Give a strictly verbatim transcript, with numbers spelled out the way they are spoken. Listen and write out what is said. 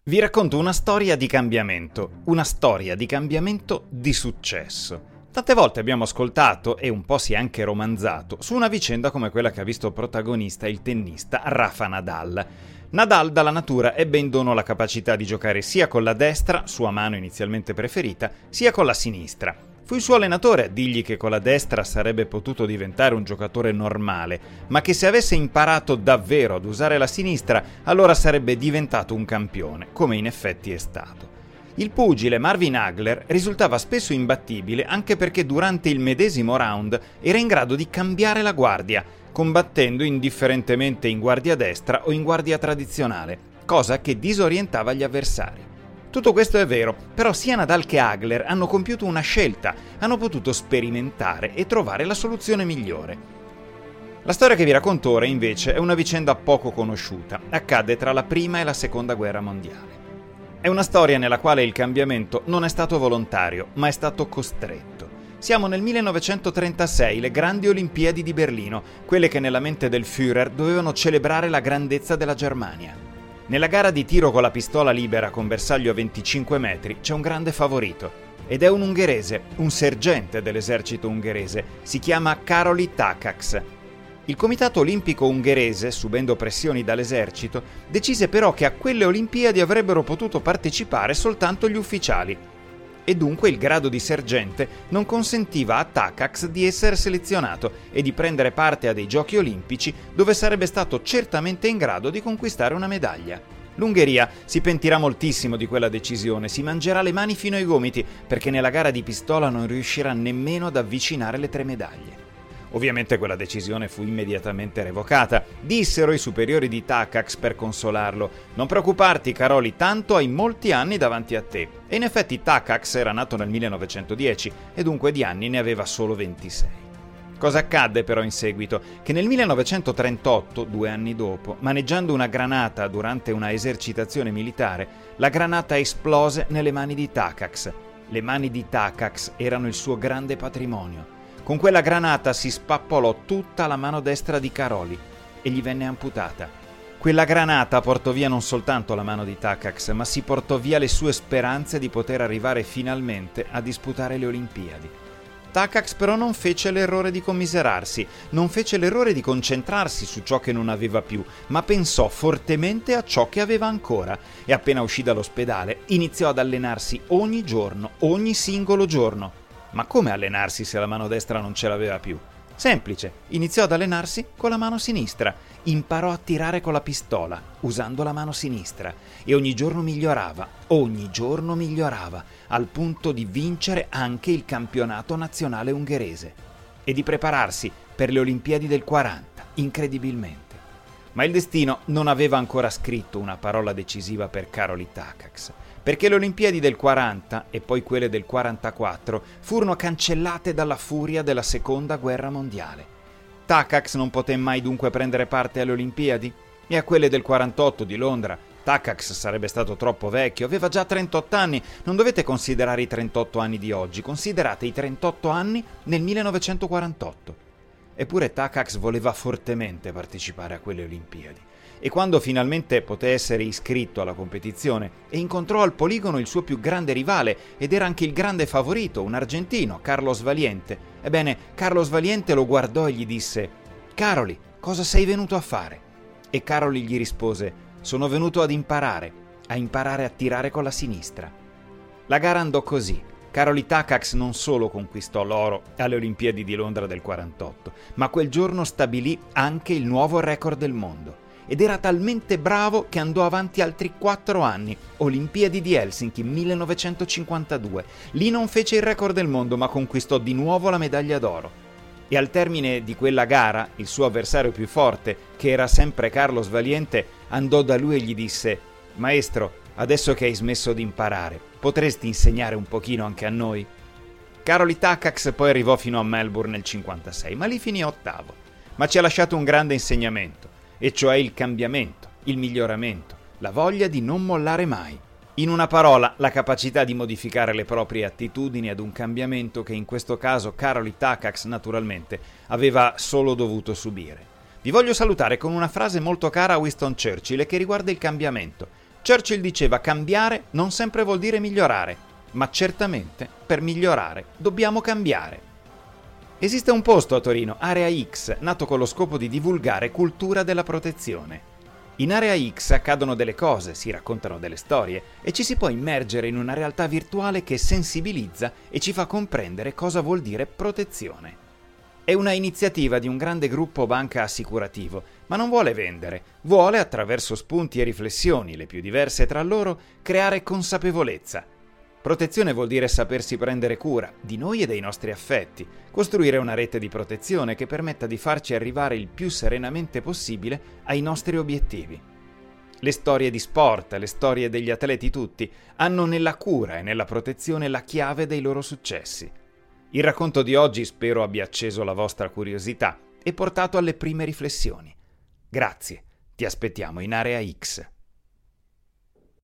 Vi racconto una storia di cambiamento, una storia di cambiamento di successo. Tante volte abbiamo ascoltato, e un po' si è anche romanzato, su una vicenda come quella che ha visto protagonista il tennista Rafa Nadal. Nadal dalla natura ebbe in dono la capacità di giocare sia con la destra, sua mano inizialmente preferita, sia con la sinistra. Fu il suo allenatore a dirgli che con la destra sarebbe potuto diventare un giocatore normale, ma che se avesse imparato davvero ad usare la sinistra, allora sarebbe diventato un campione, come in effetti è stato. Il pugile Marvin Hagler risultava spesso imbattibile anche perché durante il medesimo round era in grado di cambiare la guardia, combattendo indifferentemente in guardia destra o in guardia tradizionale, cosa che disorientava gli avversari. Tutto questo è vero, però sia Nadal che Hagler hanno compiuto una scelta, hanno potuto sperimentare e trovare la soluzione migliore. La storia che vi racconto ora, invece, è una vicenda poco conosciuta, accadde tra la prima e la seconda guerra mondiale. È una storia nella quale il cambiamento non è stato volontario, ma è stato costretto. Siamo nel millenovecentotrentasei, le grandi Olimpiadi di Berlino, quelle che nella mente del Führer dovevano celebrare la grandezza della Germania. Nella gara di tiro con la pistola libera con bersaglio a venticinque metri c'è un grande favorito, ed è un ungherese, un sergente dell'esercito ungherese, si chiama Károly Takacs. Il Comitato Olimpico Ungherese, subendo pressioni dall'esercito, decise però che a quelle Olimpiadi avrebbero potuto partecipare soltanto gli ufficiali, e dunque il grado di sergente non consentiva a Takacs di essere selezionato e di prendere parte a dei giochi olimpici dove sarebbe stato certamente in grado di conquistare una medaglia. L'Ungheria si pentirà moltissimo di quella decisione, si mangerà le mani fino ai gomiti perché nella gara di pistola non riuscirà nemmeno ad avvicinare le tre medaglie. Ovviamente quella decisione fu immediatamente revocata. Dissero i superiori di Takacs per consolarlo: «Non preoccuparti, Károly, tanto hai molti anni davanti a te». E in effetti Takacs era nato nel millenovecentodieci e dunque di anni ne aveva solo ventisei. Cosa accadde però in seguito? Che nel millenovecentotrentotto, due anni dopo, maneggiando una granata durante una esercitazione militare, la granata esplose nelle mani di Takacs. Le mani di Takacs erano il suo grande patrimonio. Con quella granata si spappolò tutta la mano destra di Károly e gli venne amputata. Quella granata portò via non soltanto la mano di Takacs, ma si portò via le sue speranze di poter arrivare finalmente a disputare le Olimpiadi. Takacs però non fece l'errore di commiserarsi, non fece l'errore di concentrarsi su ciò che non aveva più, ma pensò fortemente a ciò che aveva ancora e appena uscì dall'ospedale iniziò ad allenarsi ogni giorno, ogni singolo giorno. Ma come allenarsi se la mano destra non ce l'aveva più? Semplice, iniziò ad allenarsi con la mano sinistra, imparò a tirare con la pistola usando la mano sinistra e ogni giorno migliorava, ogni giorno migliorava, al punto di vincere anche il campionato nazionale ungherese e di prepararsi per le Olimpiadi del quaranta, incredibilmente. Ma il destino non aveva ancora scritto una parola decisiva per Károly Takacs, perché le Olimpiadi del quaranta e poi quelle del quarantaquattro furono cancellate dalla furia della seconda guerra mondiale. Takacs non poté mai dunque prendere parte alle Olimpiadi e a quelle del quarantotto di Londra Takacs sarebbe stato troppo vecchio, aveva già trentotto anni, non dovete considerare i trentotto anni di oggi, considerate i trentotto anni nel millenovecentoquarantotto. Eppure Takacs voleva fortemente partecipare a quelle Olimpiadi e quando finalmente poté essere iscritto alla competizione e incontrò al poligono il suo più grande rivale ed era anche il grande favorito, un argentino, Carlos Valiente. Ebbene, Carlos Valiente lo guardò e gli disse: «Károly, cosa sei venuto a fare?» E Károly gli rispose: «Sono venuto ad imparare, a imparare a tirare con la sinistra». La gara andò così. Károly Takacs non solo conquistò l'oro alle Olimpiadi di Londra del quarantotto, ma quel giorno stabilì anche il nuovo record del mondo. Ed era talmente bravo che andò avanti altri quattro anni, Olimpiadi di Helsinki millenovecentocinquantadue. Lì non fece il record del mondo, ma conquistò di nuovo la medaglia d'oro. E al termine di quella gara, il suo avversario più forte, che era sempre Carlos Valiente, andò da lui e gli disse: «Maestro, adesso che hai smesso di imparare, potresti insegnare un pochino anche a noi?» Károly Takacs poi arrivò fino a Melbourne nel cinquantasei, ma lì finì ottavo. Ma ci ha lasciato un grande insegnamento, e cioè il cambiamento, il miglioramento, la voglia di non mollare mai. In una parola, la capacità di modificare le proprie attitudini ad un cambiamento che in questo caso Károly Takacs naturalmente aveva solo dovuto subire. Vi voglio salutare con una frase molto cara a Winston Churchill e che riguarda il cambiamento. Churchill diceva: cambiare non sempre vuol dire migliorare, ma certamente per migliorare dobbiamo cambiare. Esiste un posto a Torino, Area X, nato con lo scopo di divulgare cultura della protezione. In Area X accadono delle cose, si raccontano delle storie e ci si può immergere in una realtà virtuale che sensibilizza e ci fa comprendere cosa vuol dire protezione. È una iniziativa di un grande gruppo banca assicurativo, ma non vuole vendere, vuole, attraverso spunti e riflessioni, le più diverse tra loro, creare consapevolezza. Protezione vuol dire sapersi prendere cura di noi e dei nostri affetti, costruire una rete di protezione che permetta di farci arrivare il più serenamente possibile ai nostri obiettivi. Le storie di sport, le storie degli atleti tutti, hanno nella cura e nella protezione la chiave dei loro successi. Il racconto di oggi spero abbia acceso la vostra curiosità e portato alle prime riflessioni. Grazie, ti aspettiamo in Area X.